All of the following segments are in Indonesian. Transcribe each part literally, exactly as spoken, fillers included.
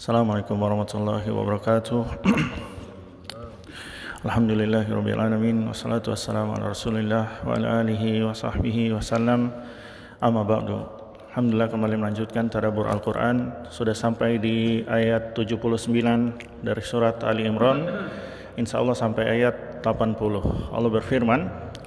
Assalamualaikum warahmatullahi wabarakatuh. Alhamdulillahirabbil alamin wassalatu wassalamu ala Rasulillah wa ala alihi wa sahbihi wasallam. Amma ba'du. Alhamdulillah, kembali melanjutkan tadabbur Al-Qur'an. Sudah sampai di ayat tujuh puluh sembilan dari surat Ali Imran. Insyaallah sampai ayat delapan puluh. Allah berfirman,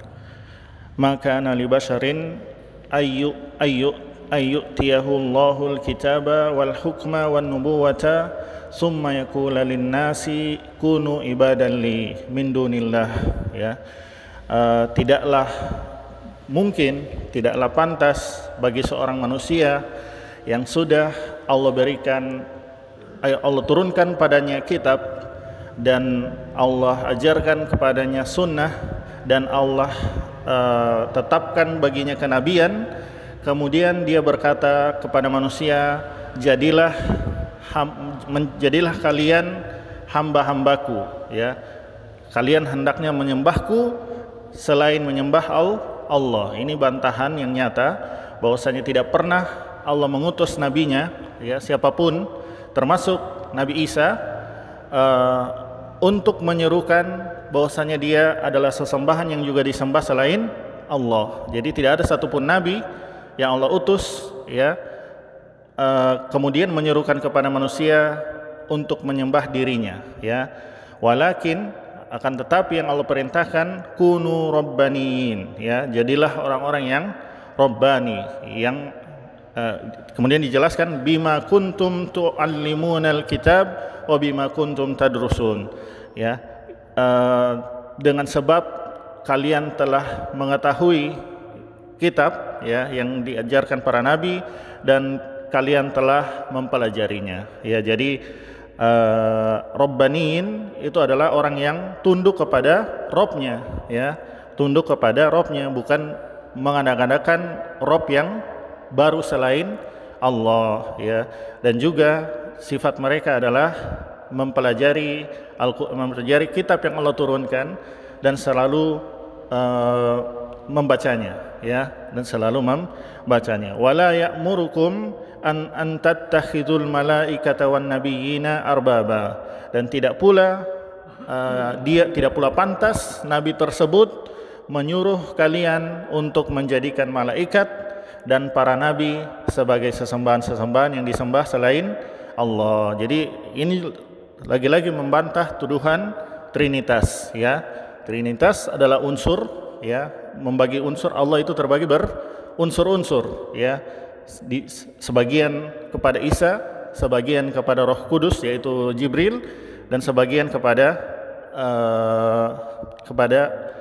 "Maka ana li basyarin ayyu ayyu ayyutiyahu Allahul kitaba wal hukma wan nubuwata summa yaqula lin nasi kunu ibadan li min dunillah." Ya, uh, tidaklah mungkin, tidaklah pantas bagi seorang manusia yang sudah Allah berikan, Allah turunkan padanya kitab dan Allah ajarkan kepadanya sunnah dan Allah uh, tetapkan baginya kenabian. Kemudian dia berkata kepada manusia, jadilah ham, menjadilah kalian hamba-hambaku, ya. Kalian hendaknya menyembahku selain menyembah Allah. Ini bantahan yang nyata bahwasanya tidak pernah Allah mengutus nabinya, ya, siapapun termasuk Nabi Isa, uh, untuk menyerukan bahwasanya dia adalah sesembahan yang juga disembah selain Allah. Jadi tidak ada satupun nabi yang Allah utus, ya, uh, kemudian menyerukan kepada manusia untuk menyembah dirinya, ya. Walakin akan tetapi yang Allah perintahkan kunu rabbaniin, ya, jadilah orang-orang yang rabbani, yang uh, kemudian dijelaskan bima kuntum tu'allimunal kitab wa bima kuntum tadrusun, ya, uh, dengan sebab kalian telah mengetahui kitab, ya, yang diajarkan para nabi dan kalian telah mempelajarinya, ya. Jadi uh, Rabbaniin itu adalah orang yang tunduk kepada Robnya, ya, tunduk kepada Robnya, bukan mengandang-andangkan Rob yang baru selain Allah, ya. Dan juga sifat mereka adalah mempelajari mempelajari kitab yang Allah turunkan dan selalu uh, membacanya, ya, dan selalu membacanya. Wala ya'murukum an antattakhidul malaikata wan nabiyina arbaba, dan tidak pula uh, dia tidak pula pantas nabi tersebut menyuruh kalian untuk menjadikan malaikat dan para nabi sebagai sesembahan-sesembahan yang disembah selain Allah. Jadi ini lagi-lagi membantah tuduhan Trinitas, ya. Trinitas adalah unsur, ya, membagi unsur. Allah itu terbagi berunsur-unsur, ya, di, sebagian kepada Isa, sebagian kepada Roh Kudus yaitu Jibril, dan sebagian kepada uh, kepada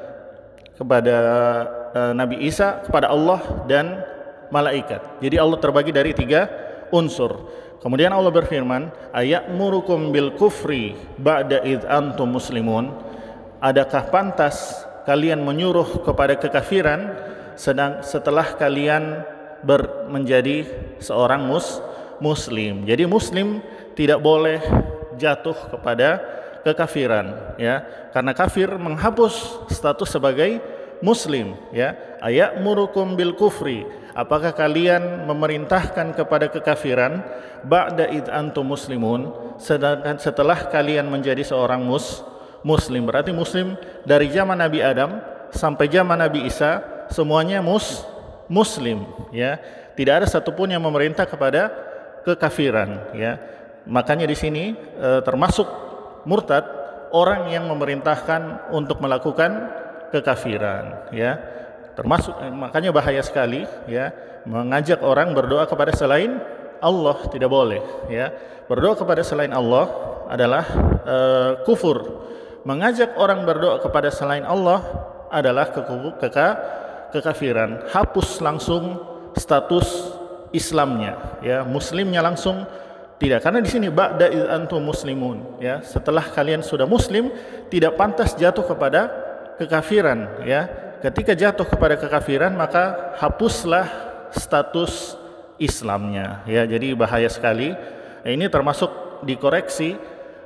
kepada uh, Nabi Isa, kepada Allah dan malaikat. Jadi Allah terbagi dari tiga unsur. Kemudian Allah berfirman, aya'murukum bil kufri ba'da id antum muslimun. Adakah pantas kalian menyuruh kepada kekafiran sedang setelah kalian ber, menjadi seorang mus, muslim. Jadi muslim tidak boleh jatuh kepada kekafiran, ya, karena kafir menghapus status sebagai muslim, ya. Aya'murukum bil kufri, apakah kalian memerintahkan kepada kekafiran ba'da id antum muslimun, sedangkan setelah kalian menjadi seorang mus muslim. Berarti muslim dari zaman Nabi Adam sampai zaman Nabi Isa semuanya mus muslim, ya. Tidak ada satupun yang memerintah kepada kekafiran, ya. Makanya di sini e, termasuk murtad orang yang memerintahkan untuk melakukan kekafiran, ya. Termasuk e, makanya bahaya sekali, ya, mengajak orang berdoa kepada selain Allah, tidak boleh, ya. Berdoa kepada selain Allah adalah e, kufur. Mengajak orang berdoa kepada selain Allah adalah keka, kekafiran. Hapus langsung status Islamnya, ya, muslimnya langsung tidak, karena di sini ba'da id antum muslimun, ya, setelah kalian sudah muslim tidak pantas jatuh kepada kekafiran, ya. Ketika jatuh kepada kekafiran maka hapuslah status Islamnya, ya. Jadi bahaya sekali. Ini termasuk dikoreksi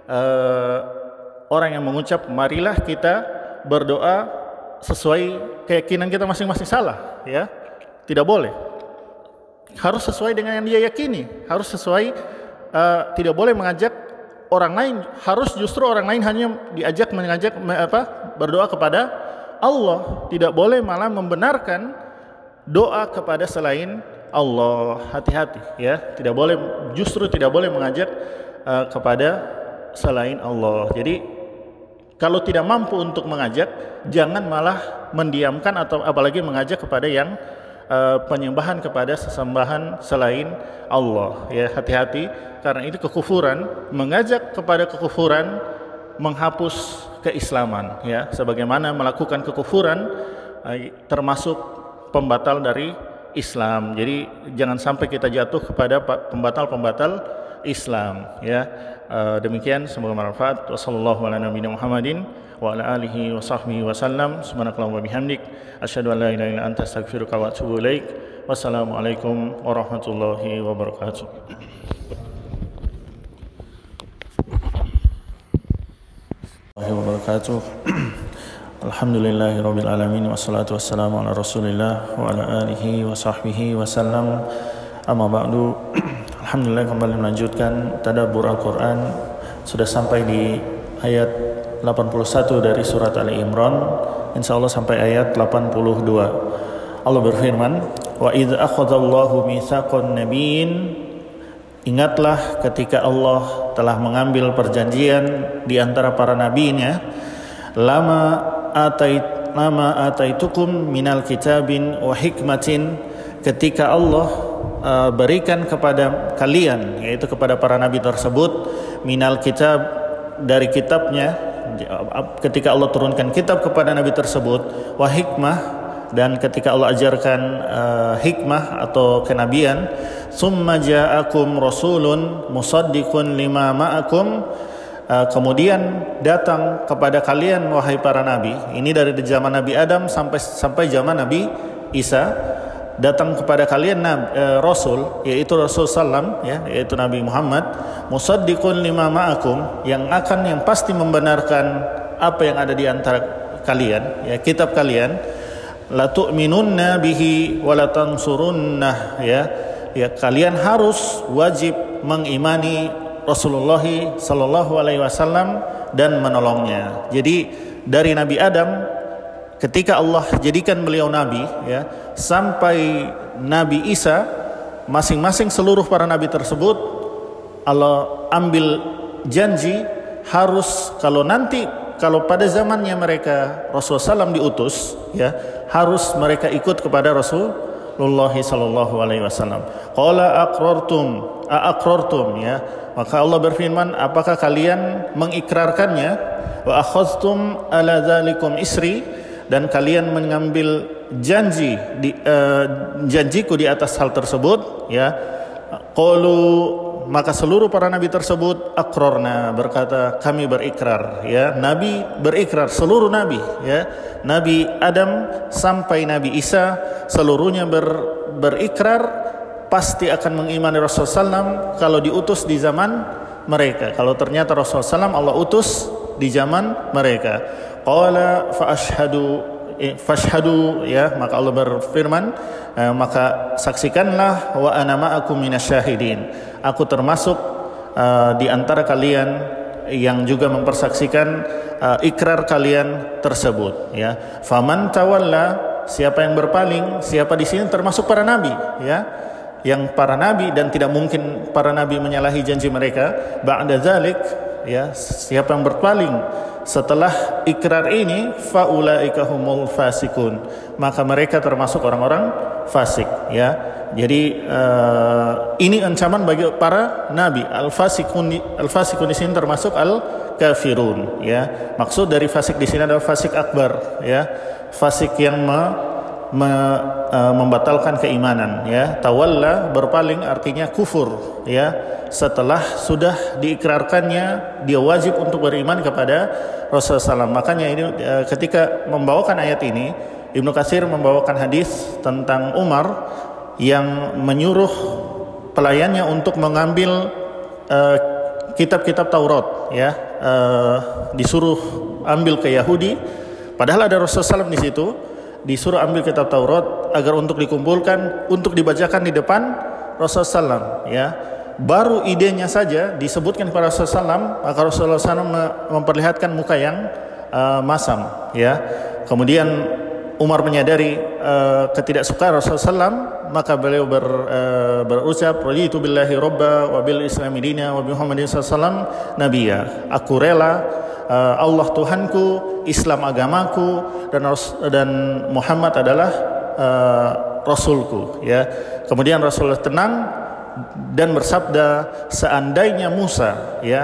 uh, orang yang mengucap marilah kita berdoa sesuai keyakinan kita masing-masing, salah, ya. Tidak boleh. Harus sesuai dengan yang dia yakini, harus sesuai uh, tidak boleh mengajak orang lain, harus justru orang lain hanya diajak mengajak apa berdoa kepada Allah, tidak boleh malah membenarkan doa kepada selain Allah. Hati-hati ya, tidak boleh, justru tidak boleh mengajak uh, kepada selain Allah. Jadi kalau tidak mampu untuk mengajak, jangan malah mendiamkan atau apalagi mengajak kepada yang uh, penyembahan kepada sesembahan selain Allah. Ya, hati-hati karena itu kekufuran. Mengajak kepada kekufuran menghapus keislaman, ya, sebagaimana melakukan kekufuran uh, termasuk pembatal dari Islam. Jadi jangan sampai kita jatuh kepada pembatal-pembatal Islam, ya. Uh, demikian, semoga bermanfaat. Wassallallahu ala nabiyina Muhammadin wa ala alihi wa sahbihi wasallam. Subhanakallahumma bihamdik asyhadu an la ilaha illa anta astaghfiruka wa atubu ilaik. Wassalamualaikum warahmatullahi wabarakatuh. Wabarakatuh. Alhamdulillahirabbil alamin wassalatu wassalamu ala Rasulillah wa ala alihi wa sahbihi wasallam. Amma ba'du. Alhamdulillah, kembali melanjutkan tadabbur Al-Qur'an. Sudah sampai di ayat delapan puluh satu dari surat Ali Imran. Insyaallah sampai ayat delapan puluh dua. Allah berfirman, "Wa idz akhadallahu mitsaqan nabiyyin." Ingatlah ketika Allah telah mengambil perjanjian di antara para nabinya, lama atait lama ataitukum minal kitabin wa hikmatin, ketika Allah uh, berikan kepada kalian, yaitu kepada para nabi tersebut, minal kitab, dari kitabnya, ketika Allah turunkan kitab kepada nabi tersebut, wa hikmah, dan ketika Allah ajarkan uh, hikmah atau kenabian, summa ja'akum rasulun musaddiqun lima ma'akum, uh, kemudian datang kepada kalian wahai para nabi, ini dari zaman Nabi Adam sampai sampai zaman Nabi Isa, datang kepada kalian nabi, uh, rasul, yaitu Rasul sallam, ya, yaitu Nabi Muhammad, musaddiqun lima ma'akum, yang akan yang pasti membenarkan apa yang ada di antara kalian, ya, kitab kalian. La tu'minunna bihi wa la tansurunnah, ya, ya, kalian harus wajib mengimani Rasulullah sallallahu alaihi wasallam dan menolongnya. Jadi dari Nabi Adam, ketika Allah jadikan beliau nabi, ya, sampai Nabi Isa, masing-masing seluruh para nabi tersebut Allah ambil janji harus, kalau nanti kalau pada zamannya mereka Rasulullah sallam diutus, ya, harus mereka ikut kepada Rasulullah sallallahu alaihi wasallam. Qala aqrartum aqrartum, ya, maka Allah berfirman, apakah kalian mengikrarkannya? Wa akhadhtum ala dzalikum isri, dan kalian mengambil janji di, uh, janjiku di atas hal tersebut, ya. Qalu, maka seluruh para nabi tersebut aqrarna, berkata kami berikrar, ya. Nabi berikrar, seluruh nabi, ya, Nabi Adam sampai Nabi Isa, seluruhnya ber, berikrar pasti akan mengimani Rasulullah sallam kalau diutus di zaman mereka. Kalau ternyata Rasulullah sallam Allah utus di zaman mereka. Qala fa ashhadu fashhadu, ya, maka Allah berfirman, eh, maka saksikanlah, wa ana ma'akum minasyahidin, aku termasuk uh, di antara kalian yang juga mempersaksikan uh, ikrar kalian tersebut, ya. Faman tawalla, siapa yang berpaling, siapa di sini termasuk para nabi, ya, yang para nabi, dan tidak mungkin para nabi menyalahi janji mereka. Ba'da dzalik, ya, siapa yang berpaling setelah ikrar ini, faulaika humul fasikun, maka mereka termasuk orang-orang fasik, ya. Jadi uh, ini ancaman bagi para nabi. Al-fasikun al-fasikun di sini termasuk al-kafirun, ya. Maksud dari fasik di sini adalah fasik akbar, ya. Fasik yang me, me, uh, membatalkan keimanan, ya. Tawalla, berpaling, artinya kufur, ya. Setelah sudah diikrarkannya, dia wajib untuk beriman kepada Rasulullah sallallahu alaihi wasallam. Makanya ini uh, ketika membawakan ayat ini, Ibnu Katsir membawakan hadis tentang Umar yang menyuruh pelayannya untuk mengambil uh, kitab-kitab Taurat, ya, uh, disuruh ambil ke Yahudi, padahal ada Rasulullah sallallahu alaihi wasallam di situ, disuruh ambil kitab Taurat agar untuk dikumpulkan, untuk dibacakan di depan Rasulullah sallallahu alaihi wasallam, ya. baru idenya saja disebutkan kepada Rasulullah sallallahu alaihi wasallam, maka Rasulullah sallallahu alaihi wasallam memperlihatkan muka yang uh, masam, ya. Kemudian Umar menyadari uh, ketidaksukaan Rasulullah sallallahu alaihi wasallam, maka beliau ber, uh, berucap, raditu billahi robba wa bil islami dina wa bi Muhammadin sallallahu alaihi wasallam nabiyya. Aku rela uh, Allah Tuhanku, Islam agamaku, dan dan Muhammad adalah uh, Rasulku, ya. Kemudian Rasulullah tenang dan bersabda, seandainya Musa, ya,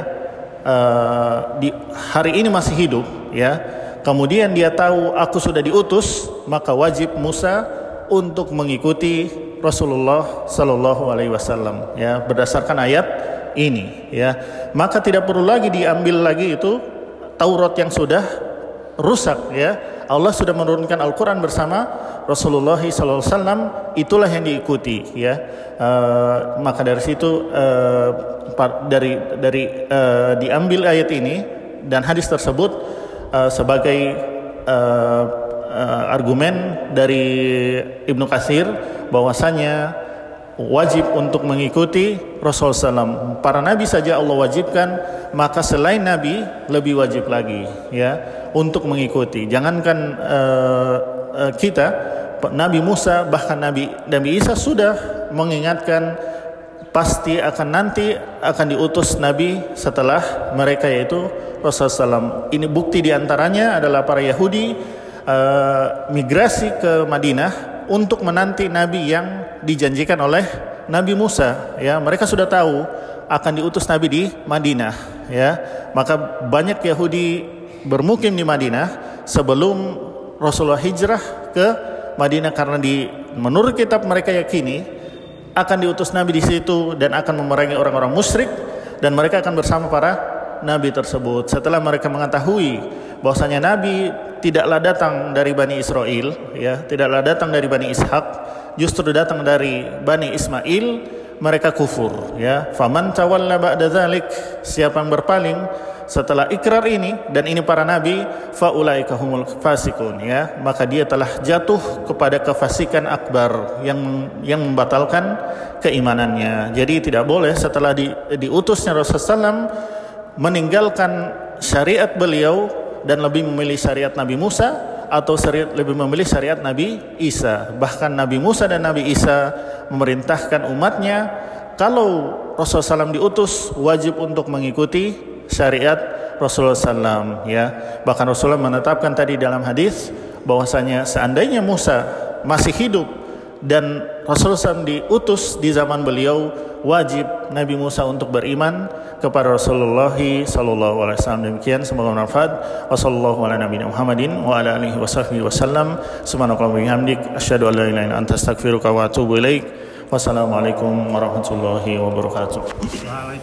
uh, di hari ini masih hidup, ya, kemudian dia tahu aku sudah diutus, maka wajib Musa untuk mengikuti Rasulullah Sallallahu Alaihi Wasallam, ya, berdasarkan ayat ini, ya. Maka tidak perlu lagi diambil lagi itu Taurat yang sudah rusak, ya. Allah sudah menurunkan Al-Quran bersama Rasulullah Sallallahu Alaihi Wasallam, itulah yang diikuti, ya. Uh, maka dari situ uh, dari dari uh, diambil ayat ini dan hadis tersebut uh, sebagai uh, uh, argumen dari Ibnu Katsir bahwasanya wajib untuk mengikuti Rasulullah sallallahu alaihi wasallam. Para nabi saja Allah wajibkan, maka selain nabi lebih wajib lagi, ya, untuk mengikuti. Jangankan uh, uh, kita, Nabi Musa, bahkan Nabi Nabi Isa sudah mengingatkan pasti akan nanti akan diutus nabi setelah mereka, yaitu Rasulullah sallallahu alaihi wasallam. Ini bukti diantaranya adalah para Yahudi uh, migrasi ke Madinah untuk menanti nabi yang dijanjikan oleh Nabi Musa, ya. Mereka sudah tahu akan diutus nabi di Madinah, ya. Maka banyak Yahudi bermukim di Madinah sebelum Rasulullah hijrah ke Madinah, karena di menurut kitab mereka yakini akan diutus nabi di situ dan akan memerangi orang-orang musyrik, dan mereka akan bersama para nabi tersebut. Setelah mereka mengetahui bahwasanya nabi tidaklah datang dari Bani Israel, ya, tidaklah datang dari Bani Ishak, justru datang dari Bani Ismail, mereka kufur, ya. Faman tawalla ba'da dzalik, siapa yang berpaling setelah ikrar ini, dan ini para nabi, faulaika humul fasikun, ya, maka dia telah jatuh kepada kefasikan akbar yang yang membatalkan keimanannya. Jadi tidak boleh setelah di, diutusnya Rasulullah sallallahu alaihi wasallam meninggalkan syariat beliau dan lebih memilih syariat Nabi Musa, atau syariat lebih memilih syariat Nabi Isa. Bahkan Nabi Musa dan Nabi Isa memerintahkan umatnya, kalau Rasulullah sallallahu alaihi wasallam diutus, wajib untuk mengikuti syariat Rasulullah sallallahu alaihi wasallam, ya. Bahkan Rasulullah menetapkan tadi dalam hadis bahwasanya seandainya Musa masih hidup dan Rasulullah sallallahu alaihi wasallam diutus di zaman beliau, wajib Nabi Musa untuk beriman kepada Rasulullah sallallahu alaihi wasallam. Demikian, semoga bermanfaat. Wassallallahu ala nabiyina Muhammadin wa ala alihi wasahbihi wasallam. Subhanakallahumma wa bihamdik, asyhadu an la ilaha illa anta, astaghfiruka wa atubu ilaik. Wassalamualaikum warahmatullahi wabarakatuh.